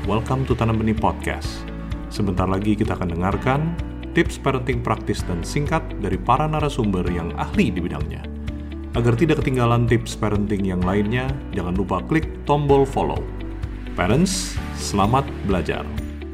welcome to Tanam Benih Podcast. Sebentar lagi kita akan dengarkan tips parenting praktis dan singkat dari para narasumber yang ahli di bidangnya. Agar tidak ketinggalan tips parenting yang lainnya, jangan lupa klik tombol follow. Parents, selamat belajar.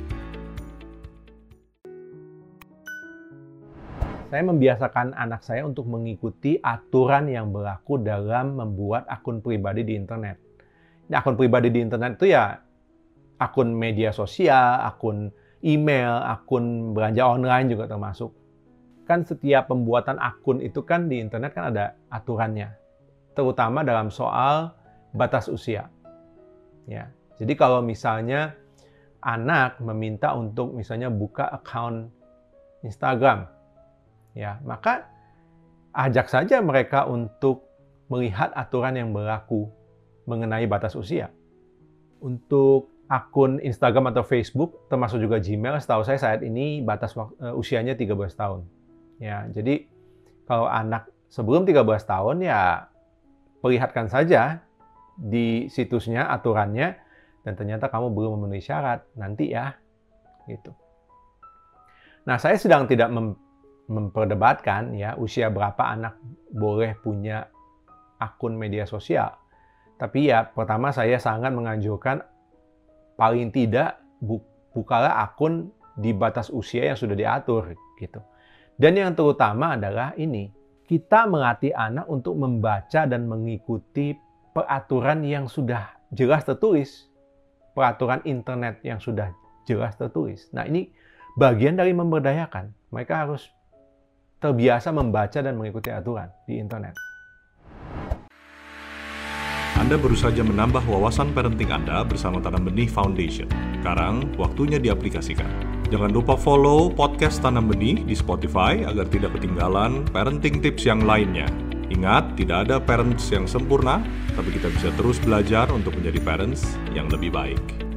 Saya membiasakan anak saya untuk mengikuti aturan yang berlaku dalam membuat akun pribadi di internet. Akun pribadi di internet itu ya akun media sosial, akun email, akun belanja online juga termasuk. Kan setiap pembuatan akun itu kan di internet kan ada aturannya. Terutama dalam soal batas usia. Ya. Jadi kalau misalnya anak meminta untuk misalnya buka account Instagram, ya, maka ajak saja mereka untuk melihat aturan yang berlaku mengenai batas usia. Untuk akun Instagram atau Facebook, termasuk juga Gmail, setahu saya saat ini batas usianya 13 tahun. Ya, jadi kalau anak sebelum 13 tahun ya perlihatkan saja di situsnya aturannya dan ternyata kamu belum memenuhi syarat, nanti ya gitu. Nah, saya sedang tidak memperdebatkan ya usia berapa anak boleh punya akun media sosial. Tapi ya pertama saya sangat menganjurkan paling tidak bukalah akun di batas usia yang sudah diatur gitu. Dan yang terutama adalah ini, kita melatih anak untuk membaca dan mengikuti peraturan yang sudah jelas tertulis. Peraturan internet yang sudah jelas tertulis. Nah, ini bagian dari memberdayakan. Mereka harus terbiasa membaca dan mengikuti aturan di internet. Anda baru saja menambah wawasan parenting Anda bersama Tanam Benih Foundation. Sekarang, waktunya diaplikasikan. Jangan lupa follow podcast Tanam Benih di Spotify agar tidak ketinggalan parenting tips yang lainnya. Ingat, tidak ada parents yang sempurna, tapi kita bisa terus belajar untuk menjadi parents yang lebih baik.